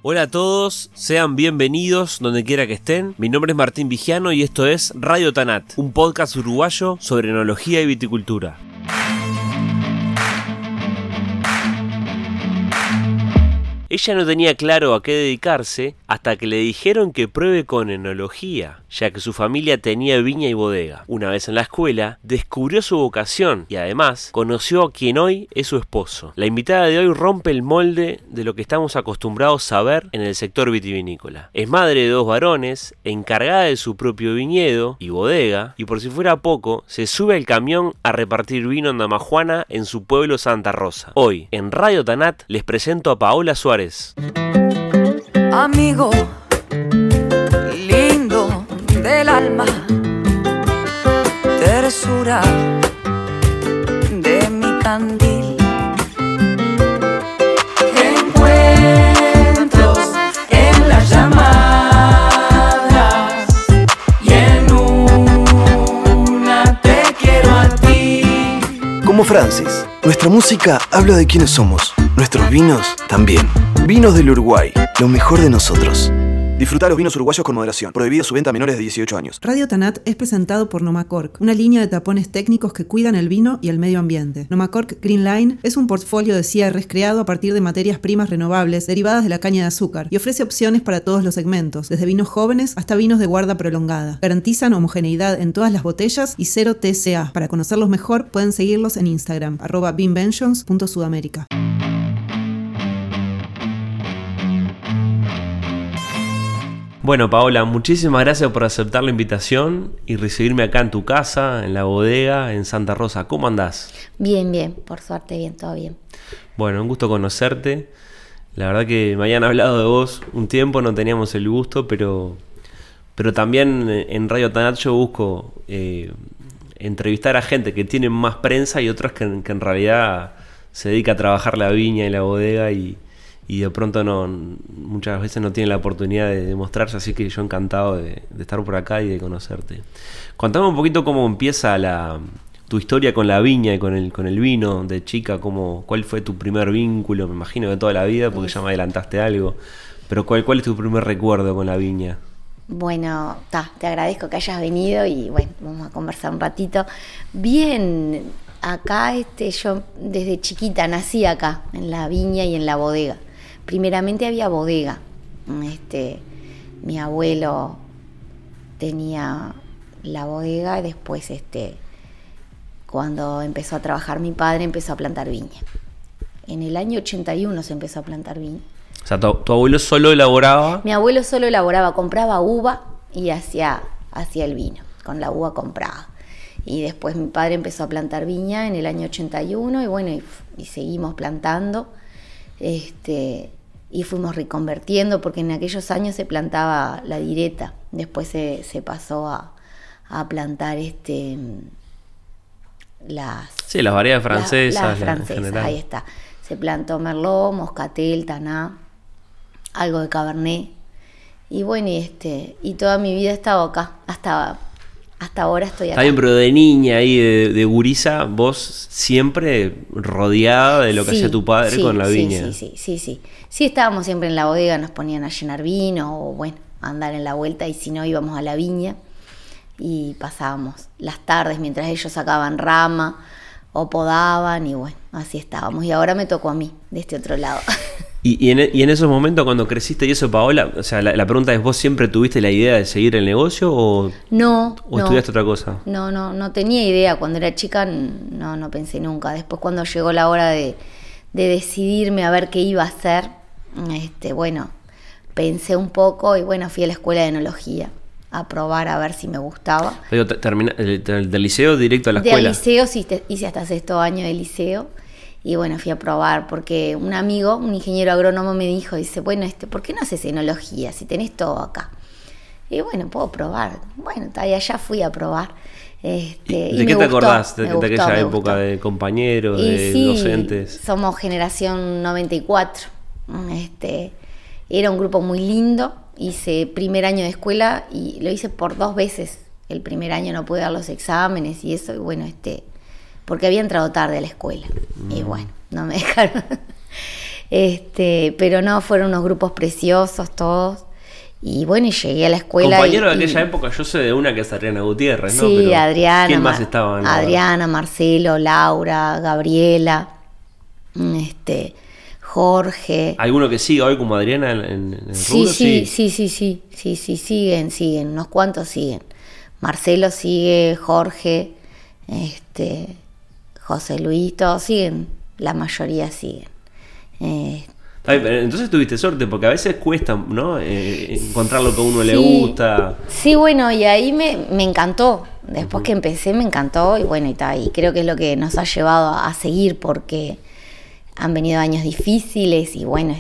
Hola a todos, sean bienvenidos donde quiera que estén. Mi nombre es Martín Vigiano y esto es Radio Tanat, un podcast uruguayo sobre enología y viticultura. Ella no tenía claro a qué dedicarse hasta que le dijeron que pruebe con enología, ya que su familia tenía viña y bodega. Una vez en la escuela, descubrió su vocación y además conoció a quien hoy es su esposo. La invitada de hoy rompe el molde de lo que estamos acostumbrados a ver en el sector vitivinícola. Es madre de 2 varones, encargada de su propio viñedo y bodega, y por si fuera poco, se sube al camión a repartir vino en Damajuana en su pueblo Santa Rosa. Hoy, en Radio Tanat, les presento a Paola Suárez. Amigo lindo del alma, tersura de mi candil, encuentros en las llamadas y en una te quiero a ti. Como Francis, nuestra música habla de quiénes somos, nuestros vinos también. Vinos del Uruguay, lo mejor de nosotros. Disfruta los vinos uruguayos con moderación. Prohibida su venta a menores de 18 años. Radio Tanat es presentado por Nomacork, una línea de tapones técnicos que cuidan el vino y el medio ambiente. Nomacork Green Line es un portfolio de cierres creado a partir de materias primas renovables derivadas de la caña de azúcar y ofrece opciones para todos los segmentos, desde vinos jóvenes hasta vinos de guarda prolongada. Garantizan homogeneidad en todas las botellas y 0 TCA. Para conocerlos mejor pueden seguirlos en Instagram, @vinventions.sudamerica. Bueno, Paola, muchísimas gracias por aceptar la invitación y recibirme acá en tu casa, en la bodega, en Santa Rosa. ¿Cómo andás? Bien, por suerte bien, todo bien. Bueno, un gusto conocerte. La verdad que me habían hablado de vos un tiempo, no teníamos el gusto, pero también en Radio Tanat yo busco entrevistar a gente que tiene más prensa y otras que en realidad se dedica a trabajar la viña y la bodega y de pronto muchas veces no tienen la oportunidad de mostrarse, así que yo encantado de estar por acá y de conocerte. Contame un poquito cómo empieza tu historia con la viña y con el vino de chica, cuál fue tu primer vínculo, me imagino de toda la vida, porque ya me adelantaste algo, pero ¿cuál es tu primer recuerdo con la viña? Bueno, te agradezco que hayas venido y bueno, vamos a conversar un ratito. Bien, acá yo desde chiquita nací acá, en la viña y en la bodega. Primeramente había bodega. Mi abuelo tenía la bodega y después cuando empezó a trabajar mi padre empezó a plantar viña. En el año 81 se empezó a plantar viña. O sea, ¿tu abuelo solo elaboraba? Mi abuelo solo elaboraba, compraba uva y hacía el vino, con la uva compraba. Y después mi padre empezó a plantar viña en el año 81 y bueno, y seguimos plantando. Y fuimos reconvertiendo porque en aquellos años se plantaba la direta, después se pasó a plantar las variedades francesas. Las francesas, ahí está. Se plantó Merlot, Moscatel, Taná, algo de Cabernet. Y bueno, y toda mi vida he estado acá, hasta ahora estoy acá. Está bien, pero de niña ahí, de gurisa, vos siempre rodeada de lo que hacía tu padre con la viña. Sí. Sí, estábamos siempre en la bodega, nos ponían a llenar vino o bueno, a andar en la vuelta y si no íbamos a la viña y pasábamos las tardes mientras ellos sacaban rama o podaban y bueno, así estábamos. Y ahora me tocó a mí, de este otro lado. Y en esos momentos cuando creciste y eso, Paola, o sea, la pregunta es, ¿vos siempre tuviste la idea de seguir el negocio o estudiaste otra cosa? No tenía idea. Cuando era chica no pensé nunca. Después cuando llegó la hora de decidirme a ver qué iba a hacer, bueno, pensé un poco y bueno, fui a la escuela de enología a probar a ver si me gustaba. Pero del liceo directo a la escuela. Del liceo sí, hice hasta 6º año de liceo. Y bueno, fui a probar porque un amigo, un ingeniero agrónomo me dijo, dice, bueno, ¿por qué no haces enología si tenés todo acá? Y bueno, puedo probar. Bueno, y allá fui a probar. ¿De qué te acordás de aquella época de compañeros, de docentes? Somos generación 94. Era un grupo muy lindo. Hice primer año de escuela y lo hice por 2 veces. El primer año no pude dar los exámenes y eso, y bueno, porque había entrado tarde a la escuela. Y bueno, no me dejaron. Pero no, fueron unos grupos preciosos todos. Y bueno, y llegué a la escuela. Compañero de aquella época, yo sé de una que es Adriana Gutiérrez, ¿no? Sí, Pero Adriana. ¿quién más estaban? Adriana, Marcelo, Laura, Gabriela, Jorge. ¿Alguno que siga hoy como Adriana en el Sí, rubro? sí, siguen, unos cuantos siguen. Marcelo sigue, Jorge, José Luis, todos siguen, la mayoría siguen. Entonces tuviste suerte, porque a veces cuesta, ¿no? Encontrar lo que a uno le gusta. Sí, bueno, y ahí me encantó. Después que empecé me encantó y bueno, y creo que es lo que nos ha llevado a seguir, porque han venido años difíciles y bueno,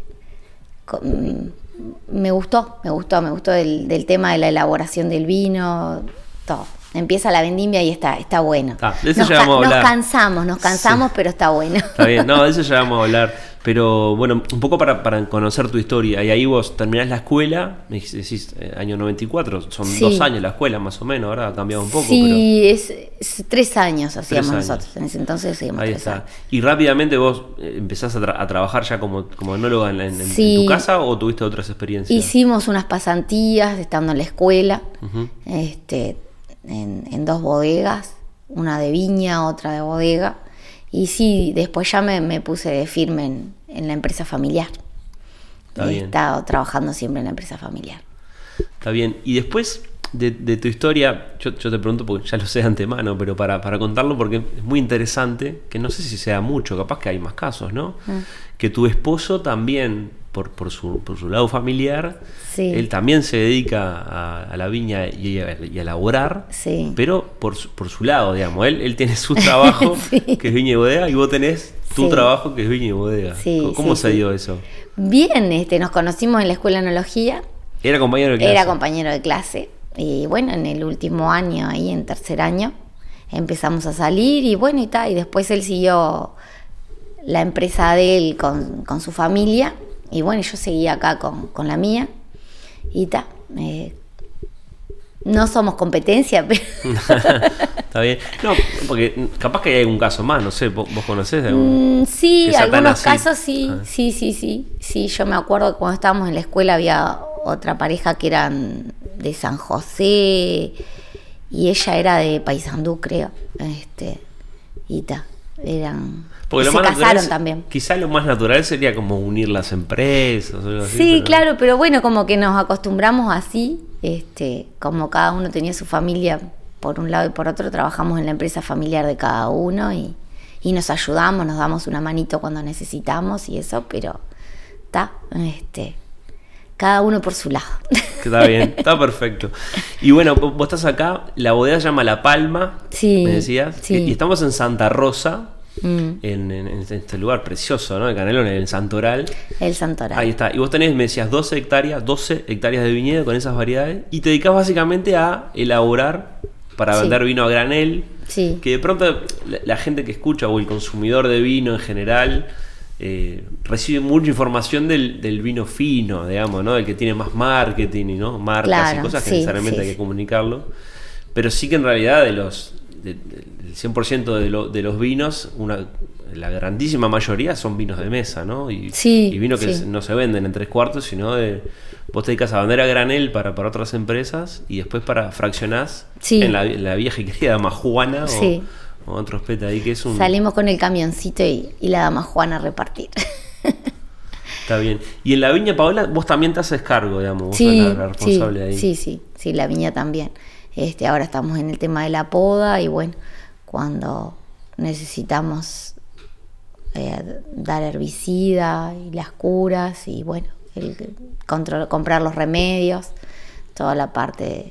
me gustó del tema de la elaboración del vino, todo. Empieza la vendimia y está bueno. De eso ya vamos a hablar. Nos cansamos, sí. Pero está bueno. Está bien, no, de eso ya vamos a hablar. Pero bueno, un poco para conocer tu historia. Y ahí vos terminás la escuela, me decís año 94, son 2 años la escuela más o menos, ahora ha cambiado un poco. Sí, pero es 3 años hacíamos nosotros, en ese entonces hacíamos ahí 3 está. años. Y rápidamente vos empezás a trabajar ya como enóloga en tu casa, ¿o tuviste otras experiencias? Hicimos unas pasantías estando en la escuela, en 2 bodegas, una de viña, otra de bodega. Y sí, después ya me puse de firme en la empresa familiar. He estado trabajando siempre en la empresa familiar. Está bien. Y después de tu historia, yo te pregunto porque ya lo sé de antemano, pero para contarlo porque es muy interesante, que no sé si se da mucho, capaz que hay más casos, ¿no? Que tu esposo también, por su lado familiar, él también se dedica a la viña y a elaborar, pero por su lado, digamos. Él tiene su trabajo, que es viña y bodega, y vos tenés tu trabajo, que es viña y bodega. ¿Cómo se dio eso? Bien, nos conocimos en la escuela de enología. ¿Era compañero de clase? Era compañero de clase. Y bueno, en el último año, ahí en tercer año, empezamos a salir y bueno, y después él siguió la empresa de él con su familia. Y bueno, yo seguía acá con la mía y no somos competencia, pero... Está bien. No, porque capaz que hay algún caso más, no sé, ¿vos conocés de algún? Sí, algunos casos sí. Sí, yo me acuerdo que cuando estábamos en la escuela había otra pareja que eran de San José y ella era de Paysandú, creo. Porque se casaron también. Quizá lo más natural sería como unir las empresas o algo así. Sí, claro, pero bueno, como que nos acostumbramos así, como cada uno tenía su familia por un lado y por otro, trabajamos en la empresa familiar de cada uno y nos ayudamos, nos damos una manito cuando necesitamos y eso, pero cada uno por su lado. Está bien, está perfecto. Y bueno, vos estás acá, la bodega se llama La Palma, me decías, y estamos en Santa Rosa. En este lugar precioso, ¿no? De Canelones, en el Santoral. El Santoral. Ahí está. Y vos tenés, me decías, 12 hectáreas de viñedo con esas variedades. Y te dedicás básicamente a elaborar para vender vino a granel. Sí. Que de pronto la gente que escucha o el consumidor de vino en general recibe mucha información del vino fino, digamos, ¿no? Del que tiene más marketing, ¿no? Marcas y cosas que necesariamente hay que comunicarlo. Pero sí que en realidad del 100% de los vinos, la grandísima mayoría son vinos de mesa, ¿no? Y vinos que no se venden en 3/4, sino vos te dedicas a vender a granel para otras empresas y después fraccionás en la vieja y querida Dama Juana o otros peta ahí que es Salimos con el camioncito y la Dama Juana a repartir. Está bien. Y en la viña, Paola, vos también te haces cargo, digamos, vos sos la responsable ahí. Sí, la viña también. Ahora estamos en el tema de la poda y bueno, cuando necesitamos dar herbicida y las curas y bueno, comprar los remedios, toda la parte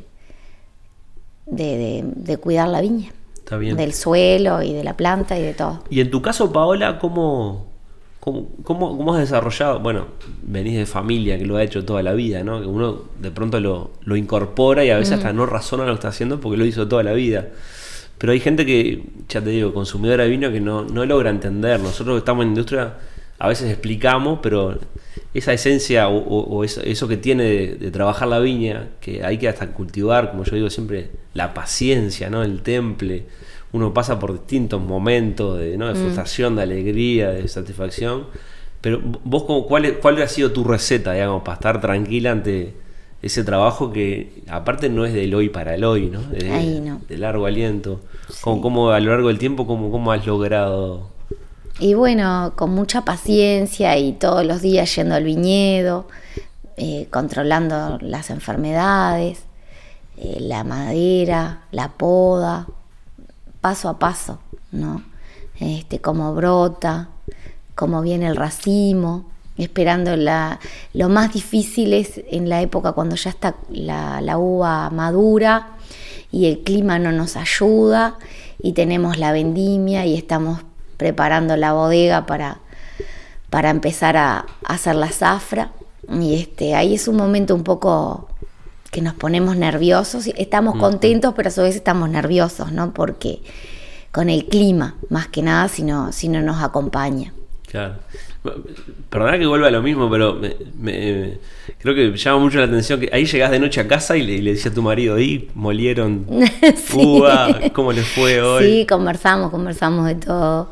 de cuidar la viña. Está bien. Del suelo y de la planta y de todo. Y en tu caso, Paola, ¿cómo has desarrollado? Bueno, venís de familia que lo ha hecho toda la vida, ¿no? Que uno de pronto lo incorpora y a veces hasta no razona lo que está haciendo porque lo hizo toda la vida. Pero hay gente que, ya te digo, consumidora de vino que no logra entender. Nosotros que estamos en industria a veces explicamos, pero esa esencia o eso que tiene de trabajar la viña, que hay que hasta cultivar, como yo digo siempre, la paciencia, ¿no? El temple. Uno pasa por distintos momentos de frustración, de alegría, de satisfacción, Pero vos, ¿cuál ha sido tu receta, digamos, para estar tranquila ante ese trabajo que aparte no es del hoy para el hoy, ¿no? De largo aliento. Sí. ¿Cómo a lo largo del tiempo, cómo has logrado? Y bueno, con mucha paciencia y todos los días yendo al viñedo, controlando las enfermedades, la madera, la poda, paso a paso, ¿no? Cómo brota, cómo viene el racimo, esperando lo más difícil es en la época cuando ya está la uva madura y el clima no nos ayuda y tenemos la vendimia y estamos preparando la bodega para empezar a hacer la zafra. Y ahí es un momento un poco que nos ponemos nerviosos, estamos contentos pero a su vez estamos nerviosos, ¿no? Porque con el clima más que nada si no nos acompaña. Claro. Perdona que vuelva a lo mismo, pero creo que llama mucho la atención que ahí llegás de noche a casa y le decías a tu marido, ahí molieron uva, ¿cómo les fue hoy? Sí, conversamos de todo.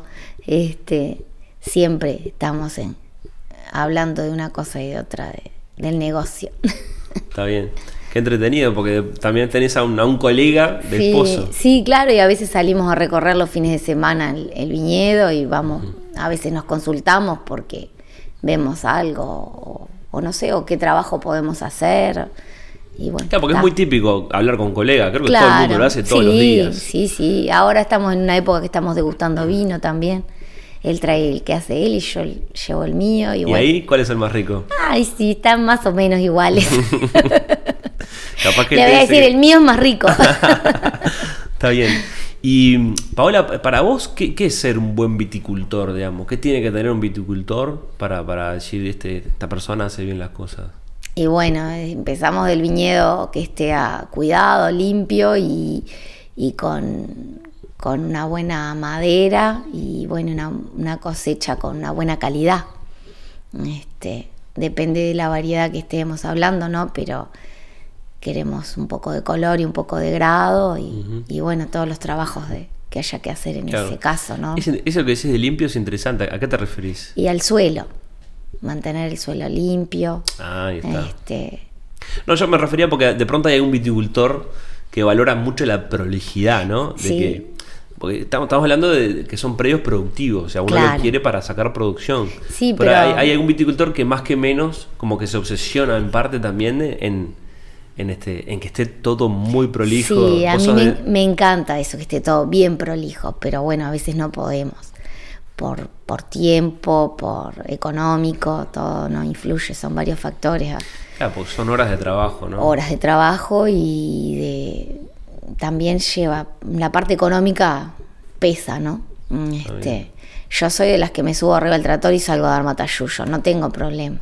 Siempre estamos hablando de una cosa y de otra del negocio. Está bien. Qué entretenido, porque también tenés a un colega del pozo. Sí, claro, y a veces salimos a recorrer los fines de semana el viñedo y vamos, a veces nos consultamos porque vemos algo o no sé, o qué trabajo podemos hacer. Y bueno, claro, porque es muy típico hablar con colegas, creo que todo el mundo lo hace todos los días. Sí, ahora estamos en una época que estamos degustando vino también. Él trae el que hace él y yo llevo el mío. ¿Y bueno, ahí cuál es el más rico? Ay, sí, están más o menos iguales. Capaz que le voy a decir, el mío es más rico. Está bien. Y Paola, para vos, ¿qué es ser un buen viticultor, digamos? ¿Qué tiene que tener un viticultor para decir esta persona hace bien las cosas? Y bueno, empezamos del viñedo que esté cuidado, limpio y con una buena madera y bueno, una cosecha con una buena calidad. Depende de la variedad que estemos hablando, ¿no? Pero queremos un poco de color y un poco de grado y bueno, todos los trabajos que haya que hacer en ese caso, ¿no? Eso que decís de limpio es interesante. ¿A qué te referís? Y al suelo, mantener el suelo limpio. Ahí está. No, yo me refería porque de pronto hay un viticultor que valora mucho la prolijidad, ¿no? Porque estamos hablando de que son predios productivos, o sea, uno lo quiere para sacar producción. Sí, pero hay algún viticultor que más que menos como que se obsesiona en parte también en que esté todo muy prolijo. Sí, a mí me encanta eso, que esté todo bien prolijo, pero bueno, a veces no podemos. Por tiempo, por económico, todo no influye, son varios factores. Claro, porque son horas de trabajo, ¿no? Horas de trabajo y también lleva, la parte económica pesa, ¿no? Yo soy de las que me subo arriba del tractor y salgo a dar matallullo, no tengo problema.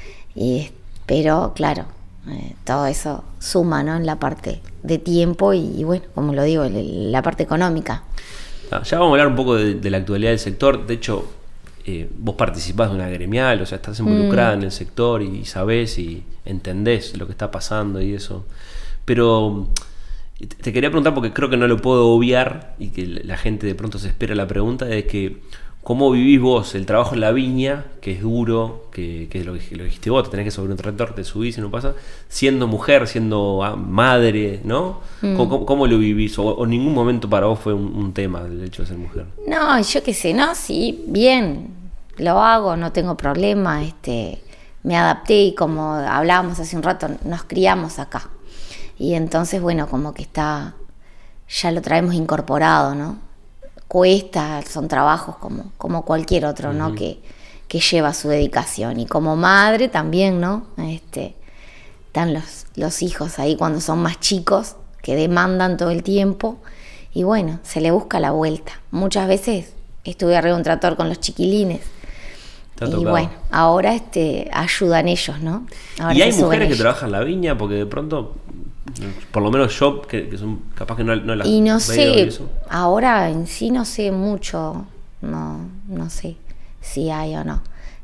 Pero claro, todo eso suma, ¿no? En la parte de tiempo y bueno, como lo digo, la parte económica. Ya vamos a hablar un poco de la actualidad del sector. De hecho, vos participás de una gremial, o sea, estás involucrada en el sector y sabés y entendés lo que está pasando y eso. Pero te quería preguntar, porque creo que no lo puedo obviar y que la gente de pronto se espera la pregunta, es que ¿cómo vivís vos el trabajo en la viña, que es duro, que es lo dijiste vos, te tenés que subir un tractor, te subís y no pasa, siendo mujer, siendo madre, ¿no? ¿Cómo lo vivís? ¿O ningún momento para vos fue un tema el hecho de ser mujer? No, yo qué sé, no, sí, bien, lo hago, no tengo problema, me adapté y como hablábamos hace un rato, nos criamos acá. Y entonces, bueno, como que ya lo traemos incorporado, ¿no? Cuesta, son trabajos como cualquier otro, ¿no? Que lleva su dedicación. Y como madre también, ¿no? Están los hijos ahí cuando son más chicos, que demandan todo el tiempo. Y bueno, se le busca la vuelta. Muchas veces estuve arriba de un tractor con los chiquilines. Y bueno, ahora ayudan ellos, ¿no? Ahora ¿y hay mujeres que trabajan la viña? Porque de pronto, por lo menos yo, que son capaz que no las... Y no sé, ahora en sí no sé mucho, no sé si hay o no.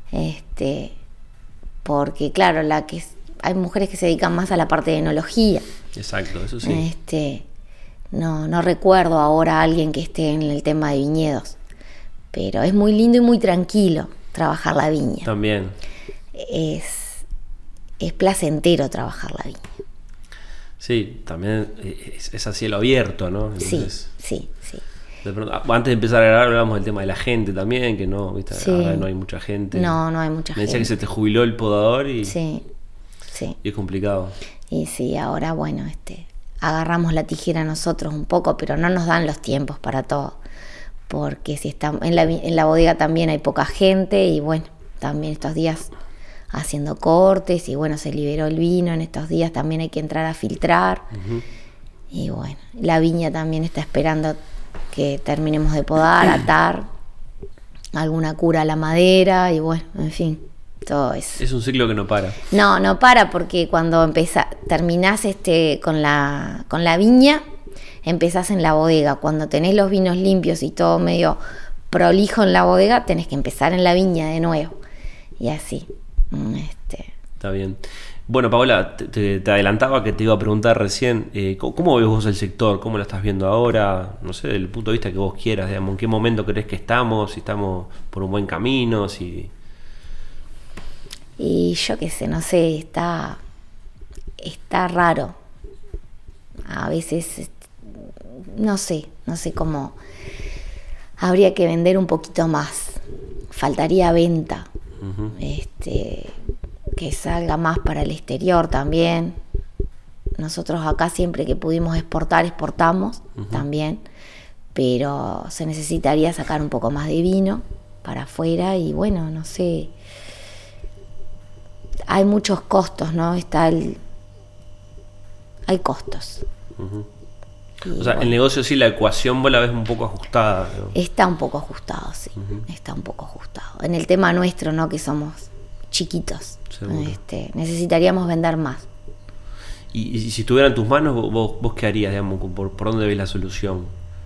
Porque claro, hay mujeres que se dedican más a la parte de enología. Exacto, eso sí. No recuerdo ahora a alguien que esté en el tema de viñedos. Pero es muy lindo y muy tranquilo. trabajar la viña. También. Es placentero trabajar la viña. Sí, también es a cielo abierto, ¿no? Entonces, Sí. de pronto, antes de empezar a grabar hablábamos del tema de la gente también, que no, ¿viste? Sí. Ahora no hay mucha gente. No hay mucha Me decía gente. que se te jubiló el podador y Sí. y es complicado. Y sí, ahora bueno, agarramos la tijera nosotros un poco, pero no nos dan los tiempos para todo. Porque si está, en la bodega también hay poca gente y bueno, también estos días haciendo cortes y bueno, se liberó el vino, en estos días también hay que entrar a filtrar. Y bueno, la viña también está esperando que terminemos de podar, atar, alguna cura a la madera y bueno, en fin, todo eso. Es un ciclo que no para. No para porque cuando terminás con la viña, empezás en la bodega. Cuando tenés los vinos limpios y todo medio prolijo en la bodega, tenés que empezar en la viña de nuevo. Y así. Está bien. Bueno, Paola, te adelantaba que te iba a preguntar recién, ¿cómo ves vos el sector? ¿Cómo lo estás viendo ahora? No sé, desde el punto de vista que vos quieras, digamos, ¿en qué momento crees que estamos? Si estamos por un buen camino, si... Y yo qué sé, no sé, está raro. A veces, no sé cómo. Habría que vender un poquito más. Faltaría venta. Que salga más para el exterior también. Nosotros acá siempre que pudimos exportamos también. Pero se necesitaría sacar un poco más de vino para afuera y bueno, no sé. Hay muchos costos, ¿no? Hay costos. Y o sea, bueno, el negocio sí, la ecuación vos la ves un poco ajustada, ¿no? está un poco ajustado, sí. Está un poco ajustado. En el tema nuestro, ¿no? Que somos chiquitos. Seguro. Necesitaríamos vender más. Y si estuviera en tus manos, vos qué harías, digamos, por dónde ves la solución?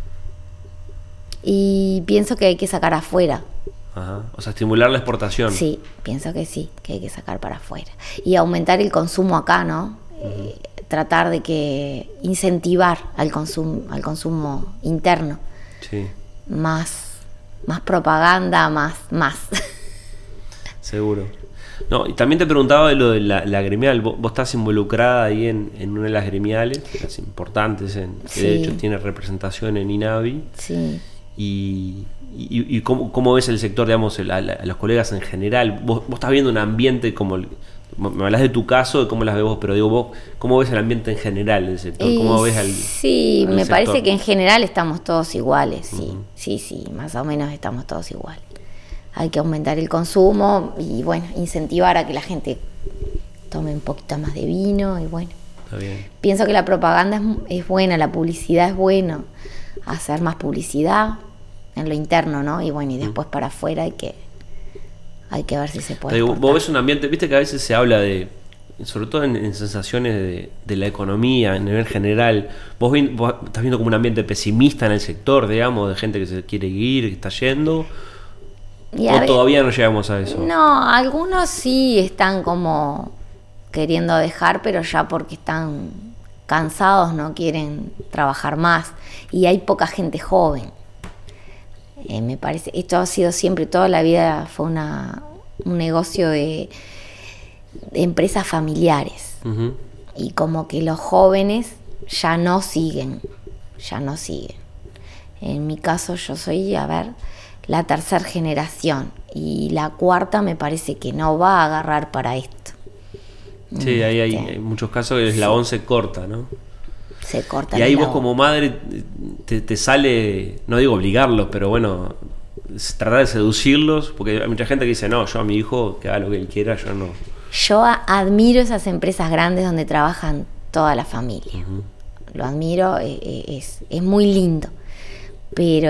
Y pienso que hay que sacar afuera. Ajá. O sea, estimular la exportación. Sí, pienso que sí, que hay que sacar para afuera. Y aumentar el consumo acá, ¿no? Tratar de incentivar al consumo interno. Sí. Más propaganda, más. Seguro. No, y también te preguntaba de lo de la gremial. Vos estás involucrada ahí en una de las gremiales, las importantes, que Sí. de hecho tiene representación en INAVI. Sí. Y cómo ves el sector, digamos, a los colegas en general. Vos estás viendo un ambiente como... me hablas de tu caso, de cómo las ves vos, pero digo, vos, ¿cómo ves el ambiente en general del sector? ¿Cómo ves Sí, al me sector? parece que en general estamos todos iguales, sí. Sí, más o menos estamos todos iguales. Hay que aumentar el consumo y, bueno, incentivar a que la gente tome un poquito más de vino y, bueno. Está bien. Pienso que la propaganda es buena, la publicidad es buena. Hacer más publicidad en lo interno, ¿no? Y, bueno, y después para afuera hay que ver si se puede. Pero exportar. vos ves un ambiente, viste que a veces se habla de, sobre todo en sensaciones de la economía, a nivel general, vos estás viendo como un ambiente pesimista en el sector, digamos, de gente que se quiere ir, que está yendo, Y o todavía no llegamos a eso. No, algunos sí están como queriendo dejar, pero ya porque están cansados, no quieren trabajar más. Y hay poca gente joven. Me parece, esto ha sido siempre, toda la vida fue un negocio de empresas familiares. Y como que los jóvenes ya no siguen. En mi caso yo soy, la tercera generación. Y la cuarta me parece que no va a agarrar para esto. Sí, ahí hay muchos casos que el eslabón se corta, ¿no? Se corta Y el ahí vos eslabón. como madre te sale, no digo obligarlos, pero bueno, tratar de seducirlos, porque hay mucha gente que dice, no, yo a mi hijo que haga lo que él quiera, yo no. Yo admiro esas empresas grandes donde trabajan toda la familia. Lo admiro, es muy lindo. Pero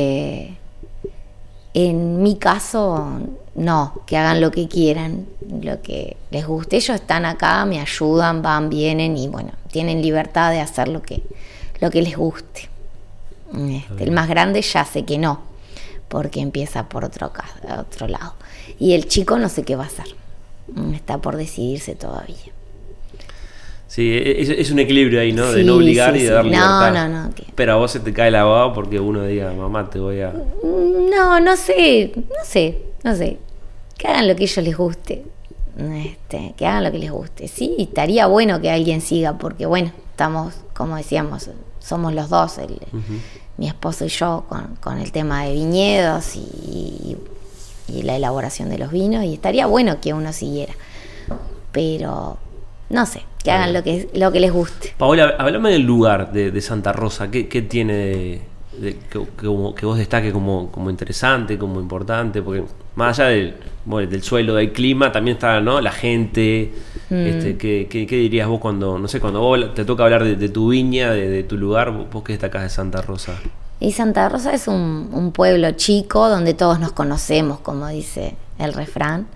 en mi caso, no, que hagan lo que quieran, lo que les guste. Ellos están acá, me ayudan, van, vienen y bueno, tienen libertad de hacer lo que les guste. El más grande ya sé que no, porque empieza por otro lado. Y el chico no sé qué va a hacer. Está por decidirse todavía. Sí, es un equilibrio ahí, ¿no? De Sí, no obligar sí, y de sí. dar libertad. No. Pero a vos se te cae la baba porque uno diga, mamá, te voy a... No sé. que hagan lo que a ellos les guste. Que hagan lo que les guste. Sí, estaría bueno que alguien siga, porque bueno, estamos, como decíamos, somos los dos, mi esposo y yo, con el tema de viñedos y la elaboración de los vinos, y estaría bueno que uno siguiera. Pero no sé, que hagan lo que les guste. Paola, hablame del lugar de Santa Rosa. ¿Qué tiene que vos destaque como interesante, como importante? Porque más allá del suelo, del clima, también está, ¿no?, la gente. ¿Qué dirías vos cuando vos te toca hablar de tu viña, de tu lugar? ¿Vos qué destacás de Santa Rosa? Y Santa Rosa es un pueblo chico donde todos nos conocemos, como dice el refrán.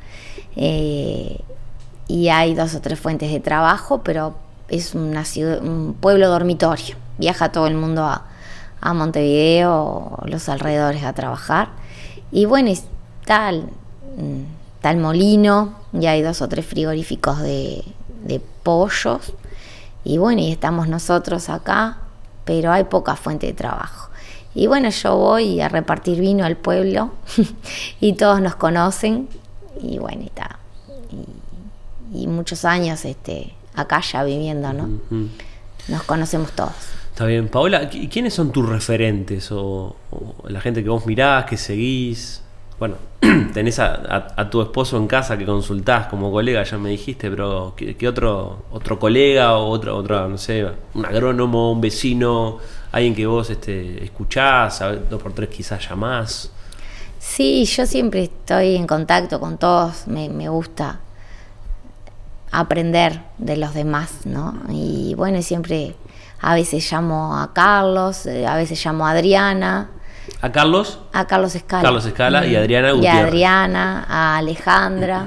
Y hay 2 o 3 fuentes de trabajo, pero es una ciudad, un pueblo dormitorio. Viaja todo el mundo a Montevideo o los alrededores a trabajar. Y bueno, está el molino, y hay 2 o 3 frigoríficos de pollos. Y bueno, y estamos nosotros acá, pero hay poca fuente de trabajo. Y bueno, yo voy a repartir vino al pueblo y todos nos conocen. Y bueno, está. Y muchos años acá ya viviendo, ¿no? Nos conocemos todos. Está bien. Paola, ¿quiénes son tus referentes o la gente que vos mirás, que seguís? Bueno, tenés a tu esposo en casa que consultás como colega, ya me dijiste, pero ¿qué otro colega o otra, no sé, un agrónomo, un vecino, alguien que vos escuchás, 2x3 quizás llamás? Sí, yo siempre estoy en contacto con todos, me gusta aprender de los demás, ¿no? Y bueno, siempre a veces llamo a Carlos, a veces llamo a Adriana. ¿A Carlos? A Carlos Escala. Carlos Escala y Adriana Gutiérrez. Y a Adriana, a Alejandra.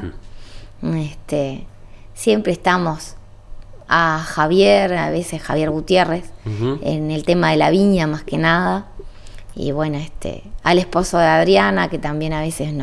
Siempre estamos a Javier, a veces Javier Gutiérrez, en el tema de la viña más que nada. Y bueno, al esposo de Adriana, que también a veces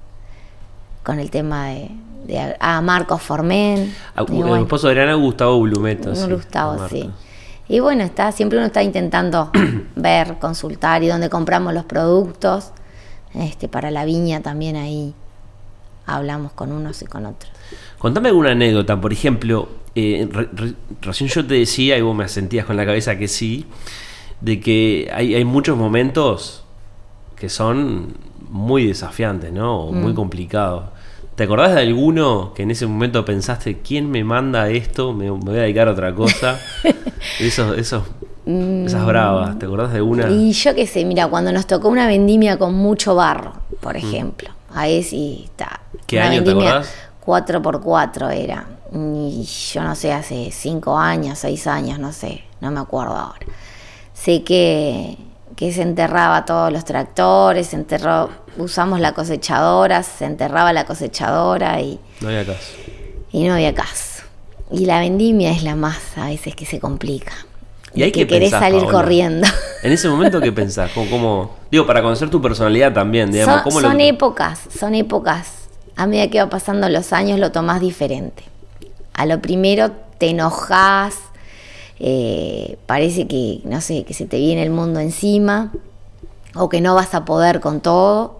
con el tema a Marcos Formen. El esposo de Adriana, Gustavo Blumeto. Gustavo, sí. Y bueno, siempre uno está intentando ver, consultar, y donde compramos los productos, para la viña también ahí hablamos con unos y con otros. Contame alguna anécdota, por ejemplo, recién yo te decía, y vos me asentías con la cabeza que sí, de que hay muchos momentos que son muy desafiantes, ¿no? O muy complicados. ¿Te acordás de alguno que en ese momento pensaste, ¿quién me manda esto? Me voy a dedicar a otra cosa. Esas bravas, ¿te acordás de una? Y yo qué sé, mira, cuando nos tocó una vendimia con mucho barro, por ejemplo. Ahí sí está. ¿Qué año te acordás? 4x4 era. Y yo no sé, hace 5 años, 6 años, no sé, no me acuerdo ahora. Sé que se enterraba todos los tractores, usamos la cosechadora, se enterraba la cosechadora y no había caso. Y no había caso. Y la vendimia es la más a veces que se complica. ¿Y hay que querés pensás, salir Paola? Corriendo. En ese momento, ¿qué pensás? ¿Cómo? Digo, para conocer tu personalidad también, digamos. Son épocas. A medida que va pasando los años lo tomás diferente. A lo primero te enojás, parece que, no sé, que se te viene el mundo encima o que no vas a poder con todo.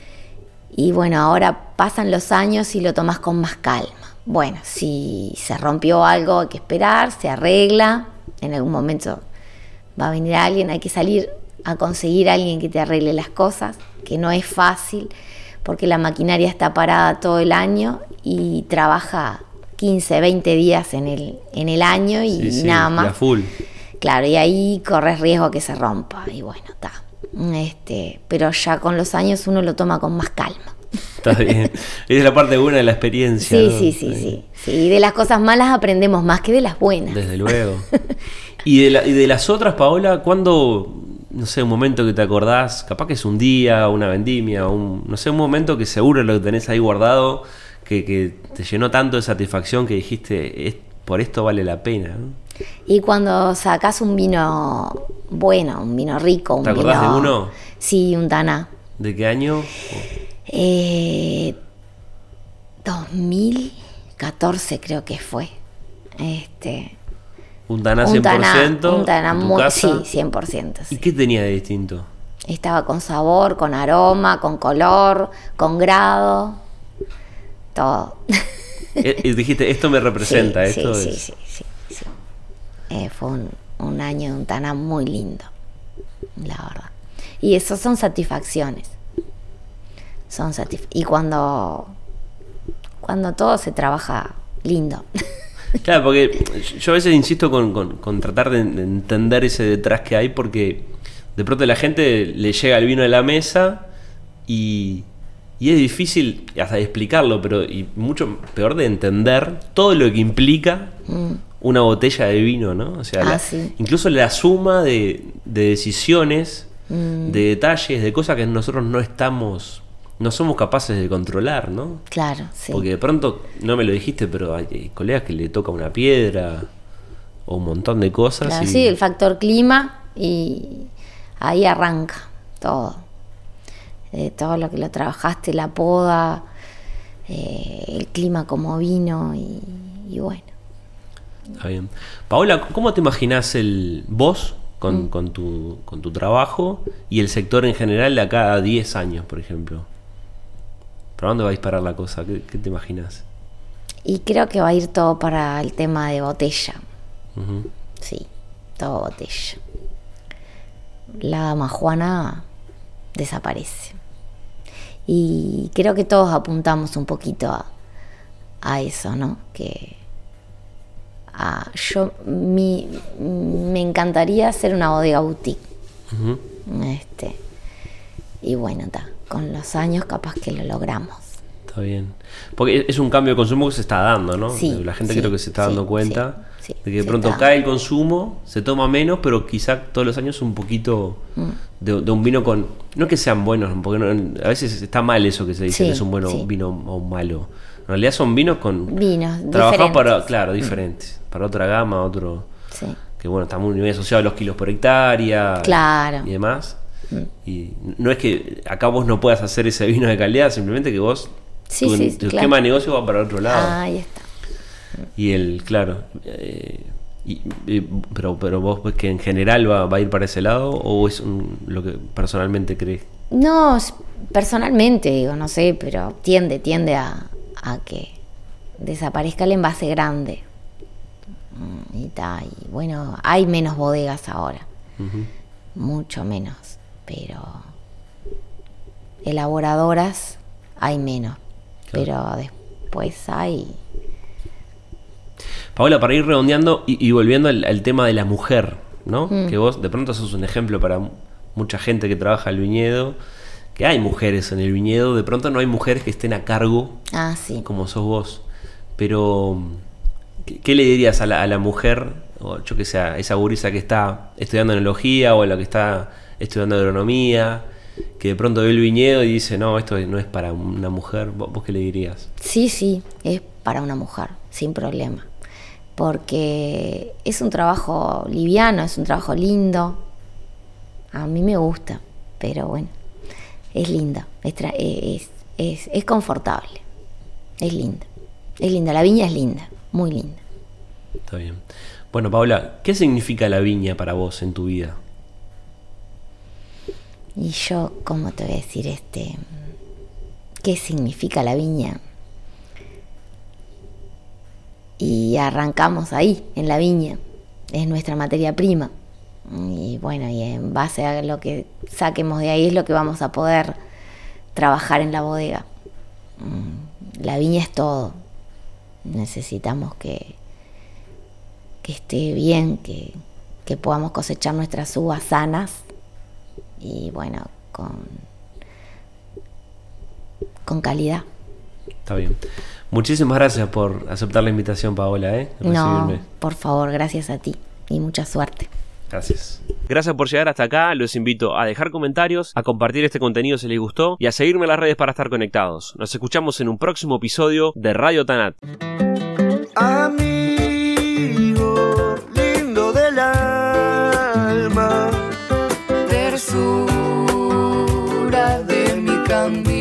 Y bueno, ahora pasan los años y lo tomás con más calma. Bueno, si se rompió algo hay que esperar, se arregla. En algún momento va a venir alguien, hay que salir a conseguir a alguien que te arregle las cosas, que no es fácil porque la maquinaria está parada todo el año y trabaja 15, 20 días en el año y sí, nada más. La full. Claro, y ahí corres riesgo que se rompa. Y bueno, está. Pero ya con los años uno lo toma con más calma. Está bien. Es la parte buena de la experiencia. Sí, ¿no? Sí. Y de las cosas malas aprendemos más que de las buenas. Desde luego. Y de las otras, Paola, ¿cuándo, no sé, un momento que te acordás? Capaz que es un día, una vendimia, no sé, un momento que seguro lo que tenés ahí guardado, que te llenó tanto de satisfacción que dijiste, por esto vale la pena, ¿no? Y cuando sacás un vino bueno, un vino rico, ¿Te acordás de uno? Sí, un Taná. ¿De qué año? 2014 creo que fue. ¿Un Taná 100%? Un Taná ¿en tu muy, casa? Sí, 100%. Sí. ¿Y qué tenía de distinto? Estaba con sabor, con aroma, con color, con grado. todo. Y dijiste, esto me representa, Sí, esto sí, es... sí. Fue un año de un Taná muy lindo, la verdad. Y eso son satisfacciones. Y cuando todo se trabaja lindo. Claro, porque yo a veces insisto con tratar de entender ese detrás que hay, porque de pronto la gente le llega el vino a la mesa y es difícil hasta de explicarlo, pero y mucho peor de entender todo lo que implica una botella de vino, ¿no? O sea, sí. Incluso la suma de decisiones, de detalles, de cosas que nosotros no somos capaces de controlar, ¿no? Claro, sí. Porque de pronto, no me lo dijiste, pero hay colegas que le toca una piedra o un montón de cosas. Claro, sí, el factor clima, y ahí arranca todo. Todo lo que lo trabajaste, la poda, el clima como vino y bueno. Está bien. Paola, ¿cómo te imaginás vos con tu trabajo y el sector en general de acá a 10 años, por ejemplo? ¿Para dónde va a disparar la cosa? ¿Qué te imaginás? Y creo que va a ir todo para el tema de botella. Uh-huh. Sí, todo botella. La dama Juana desaparece. Y creo que todos apuntamos un poquito a eso, ¿no? Me encantaría hacer una bodega boutique. Uh-huh. Y bueno, con los años capaz que lo logramos. Está bien. Porque es un cambio de consumo que se está dando, ¿no? Sí, la gente sí, creo que se está dando cuenta sí, de que de pronto está. cae el consumo, se toma menos, pero quizá todos los años un poquito de un vino con... No que sean buenos, porque a veces está mal eso que se dice, Sí, que es un buen sí. vino o un malo. En realidad son vinos con... Vinos trabajados para, diferentes. claro, diferentes. Para otra gama, otro... Sí. Que bueno, está muy asociado a los kilos por hectárea. Claro. Y demás. Y no es que acá vos no puedas hacer ese vino de calidad, simplemente que vos... Sí, tu sí, tu claro. esquema de negocio va para otro lado. Ahí está. Y claro. Pero vos ves que en general va a ir para ese lado, o es lo que personalmente crees. No, personalmente digo, no sé, pero tiende a que desaparezca el envase grande. Y bueno, hay menos bodegas ahora. Uh-huh. Mucho menos. Pero elaboradoras hay menos. Claro. Pero después hay... Paola, para ir redondeando y volviendo al tema de la mujer, ¿no? Que vos de pronto sos un ejemplo para mucha gente que trabaja el viñedo, que hay mujeres en el viñedo, de pronto no hay mujeres que estén a cargo sí. como sos vos. Pero, ¿qué le dirías a la mujer, o yo que sé, a esa gurisa que está estudiando enología o a la que está estudiando agronomía, que de pronto ve el viñedo y dice, no, esto no es para una mujer? ¿Vos qué le dirías? Sí, es para una mujer, sin problema. Porque es un trabajo liviano, es un trabajo lindo. A mí me gusta, pero bueno, es lindo, es confortable, es linda. Es linda, la viña es linda, muy linda. Está bien. Bueno, Paola, ¿qué significa la viña para vos en tu vida? Y yo, ¿cómo te voy a decir qué significa la viña? Y arrancamos ahí, en la viña. Es nuestra materia prima. Y bueno, y en base a lo que saquemos de ahí es lo que vamos a poder trabajar en la bodega. La viña es todo. Necesitamos que esté bien, que podamos cosechar nuestras uvas sanas y bueno, con calidad. Está bien. Muchísimas gracias por aceptar la invitación, Paola, de No, recibirme. por favor, gracias a ti y mucha suerte. Gracias. Gracias por llegar hasta acá. Los invito a dejar comentarios, a compartir este contenido si les gustó y a seguirme en las redes para estar conectados. Nos escuchamos en un próximo episodio de Radio Tanat. Amigo lindo del alma, Tersura de mi camino.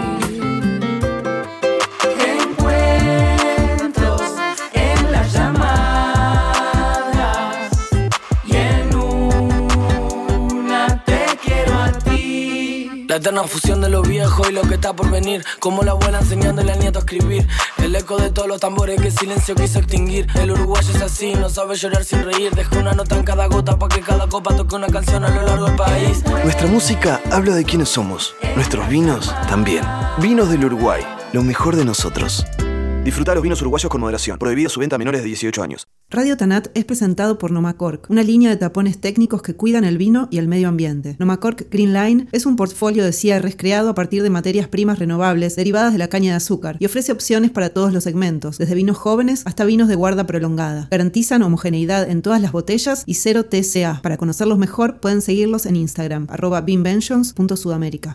Encuentros en las llamadas y en una te quiero a ti. La eterna fusión de lo viejo y lo que está por venir. Como la abuela enseñándole al nieto a escribir. El eco de todos los tambores que el silencio quiso extinguir. El uruguayo es así, no sabe llorar sin reír. Deja una nota en cada gota pa' que cada copa toque una canción a lo largo del país. Nuestra música habla de quiénes somos. Nuestros vinos también. Vinos del Uruguay, lo mejor de nosotros. Disfruta los vinos uruguayos con moderación. Prohibida su venta a menores de 18 años. Radio Tanat es presentado por Nomacork, una línea de tapones técnicos que cuidan el vino y el medio ambiente. Nomacork Green Line es un portfolio de cierres creado a partir de materias primas renovables derivadas de la caña de azúcar y ofrece opciones para todos los segmentos, desde vinos jóvenes hasta vinos de guarda prolongada. Garantizan homogeneidad en todas las botellas y 0 TCA. Para conocerlos mejor pueden seguirlos en Instagram, @binventions.sudamerica.